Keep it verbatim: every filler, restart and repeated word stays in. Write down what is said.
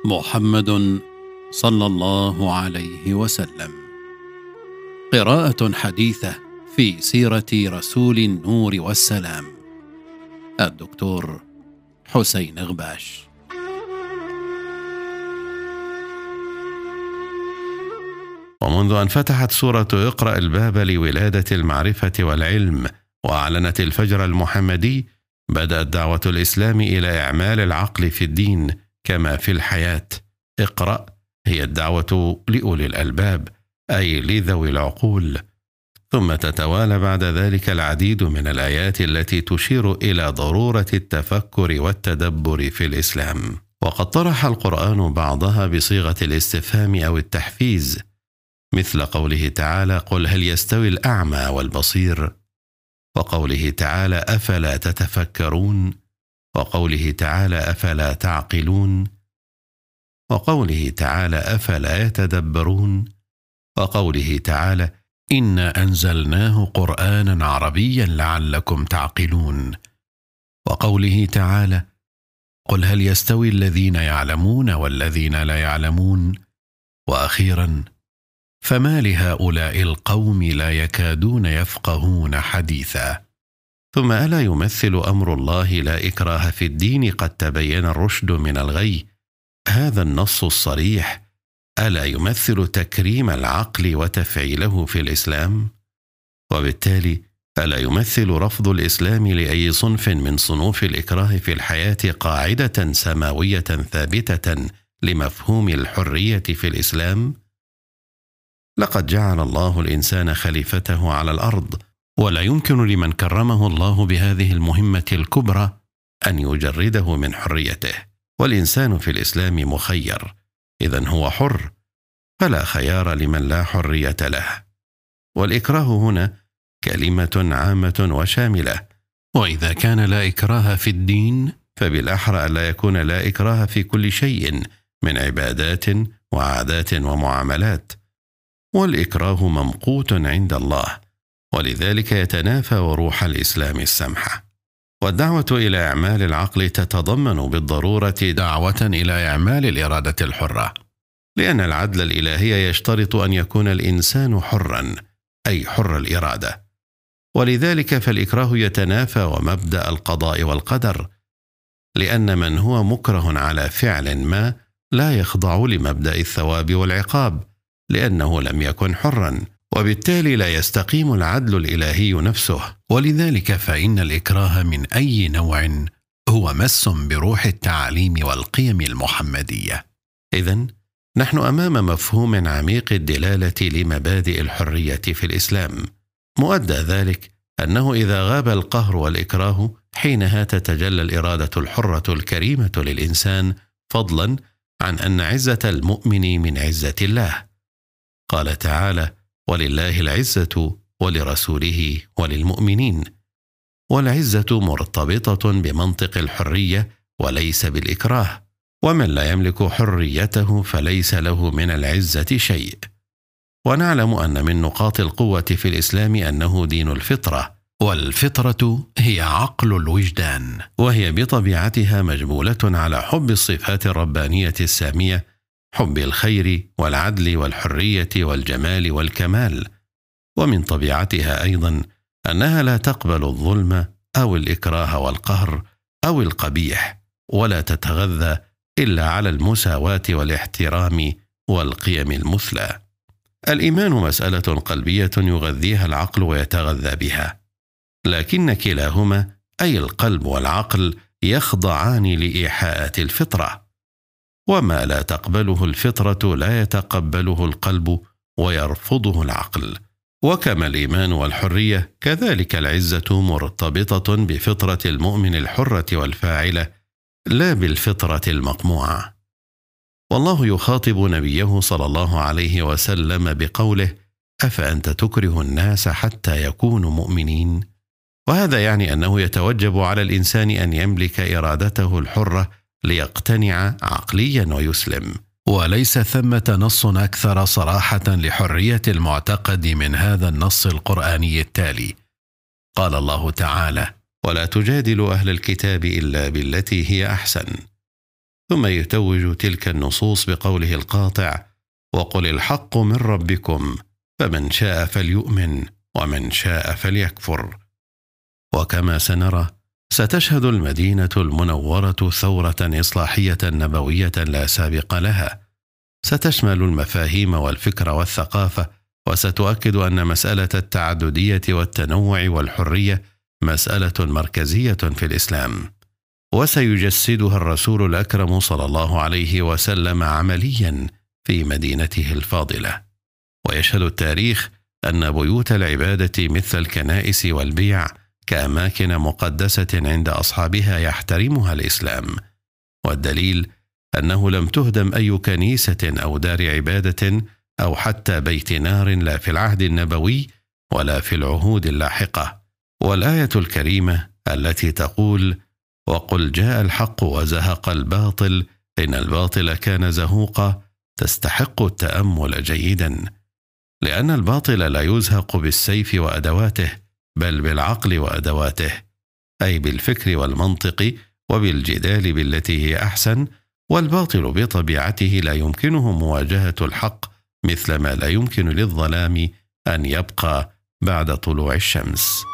محمد صلى الله عليه وسلم. قراءة حديثة في سيرة رسول النور والسلام، الدكتور حسين غباش. ومنذ أن فتحت سورة اقرأ الباب لولادة المعرفة والعلم وأعلنت الفجر المحمدي، بدأت دعوة الإسلام إلى إعمال العقل في الدين كما في الحياة. اقرأ هي الدعوة لأولي الألباب، أي لذوي العقول. ثم تتوالى بعد ذلك العديد من الآيات التي تشير إلى ضرورة التفكر والتدبر في الإسلام، وقد طرح القرآن بعضها بصيغة الاستفهام أو التحفيز، مثل قوله تعالى: قل هل يستوي الأعمى والبصير، وقوله تعالى: أفلا تتفكرون، وقوله تعالى: أفلا تعقلون، وقوله تعالى: أفلا يتدبرون، وقوله تعالى: إنا أنزلناه قرآنا عربيا لعلكم تعقلون، وقوله تعالى: قل هل يستوي الذين يعلمون والذين لا يعلمون، وأخيرا: فما لهؤلاء القوم لا يكادون يفقهون حديثا. ثم ألا يمثل أمر الله لا إكراه في الدين قد تبين الرشد من الغي هذا النص الصريح؟ ألا يمثل تكريم العقل وتفعيله في الإسلام؟ وبالتالي ألا يمثل رفض الإسلام لأي صنف من صنوف الإكراه في الحياة قاعدة سماوية ثابتة لمفهوم الحرية في الإسلام؟ لقد جعل الله الإنسان خليفته على الأرض، ولا يمكن لمن كرمه الله بهذه المهمة الكبرى أن يجرده من حريته. والإنسان في الإسلام مخير، إذن هو حر، فلا خيار لمن لا حرية له. والإكراه هنا كلمة عامة وشاملة، وإذا كان لا إكراه في الدين فبالأحرى ألا يكون لا إكراه في كل شيء من عبادات وعادات ومعاملات. والإكراه ممقوت عند الله، ولذلك يتنافى روح الإسلام السمحة. والدعوة إلى إعمال العقل تتضمن بالضرورة دعوة إلى إعمال الإرادة الحرة، لأن العدل الإلهي يشترط أن يكون الإنسان حرا، أي حر الإرادة. ولذلك فالإكراه يتنافى ومبدأ القضاء والقدر، لأن من هو مكره على فعل ما لا يخضع لمبدأ الثواب والعقاب، لأنه لم يكن حرا، وبالتالي لا يستقيم العدل الإلهي نفسه. ولذلك فإن الإكراه من أي نوع هو مس بروح التعاليم والقيم المحمدية. إذن نحن أمام مفهوم عميق الدلالة لمبادئ الحرية في الإسلام. مؤدى ذلك أنه إذا غاب القهر والإكراه حينها تتجلى الإرادة الحرة الكريمة للإنسان، فضلا عن أن عزة المؤمن من عزة الله. قال تعالى: ولله العزة ولرسوله وللمؤمنين. والعزة مرتبطة بمنطق الحرية وليس بالإكراه، ومن لا يملك حريته فليس له من العزة شيء. ونعلم أن من نقاط القوة في الإسلام أنه دين الفطرة، والفطرة هي عقل الوجدان، وهي بطبيعتها مجبولة على حب الصفات الربانية السامية، حب الخير والعدل والحرية والجمال والكمال. ومن طبيعتها أيضا أنها لا تقبل الظلم أو الإكراه والقهر أو القبيح، ولا تتغذى إلا على المساواة والاحترام والقيم المثلى. الإيمان مسألة قلبية يغذيها العقل ويتغذى بها، لكن كلاهما أي القلب والعقل يخضعان لإيحاءات الفطرة، وما لا تقبله الفطرة لا يتقبله القلب ويرفضه العقل. وكما الإيمان والحرية كذلك العزة مرتبطة بفطرة المؤمن الحرة والفاعلة، لا بالفطرة المقموعة. والله يخاطب نبيه صلى الله عليه وسلم بقوله: أفأنت تكره الناس حتى يكونوا مؤمنين؟ وهذا يعني أنه يتوجب على الإنسان أن يملك إرادته الحرة ليقتنع عقليا ويسلم. وليس ثمة نص أكثر صراحة لحرية المعتقد من هذا النص القرآني التالي: قال الله تعالى: ولا تجادلوا أهل الكتاب إلا بالتي هي أحسن. ثم يتوج تلك النصوص بقوله القاطع: وقل الحق من ربكم فمن شاء فليؤمن ومن شاء فليكفر. وكما سنرى، ستشهد المدينة المنورة ثورة إصلاحية نبوية لا سابق لها، ستشمل المفاهيم والفكر والثقافة، وستؤكد أن مسألة التعددية والتنوع والحرية مسألة مركزية في الإسلام، وسيجسدها الرسول الأكرم صلى الله عليه وسلم عمليا في مدينته الفاضلة. ويشهد التاريخ أن بيوت العبادة مثل الكنائس والبيع كأماكن مقدسة عند أصحابها يحترمها الإسلام، والدليل أنه لم تهدم أي كنيسة أو دار عبادة أو حتى بيت نار لا في العهد النبوي ولا في العهود اللاحقة. والآية الكريمة التي تقول: وقل جاء الحق وزهق الباطل إن الباطل كان زهوقا، تستحق التأمل جيدا، لأن الباطل لا يزهق بالسيف وأدواته، بل بالعقل وأدواته، أي بالفكر والمنطق وبالجدال بالتي هي أحسن. والباطل بطبيعته لا يمكنه مواجهة الحق، مثل ما لا يمكن للظلام أن يبقى بعد طلوع الشمس.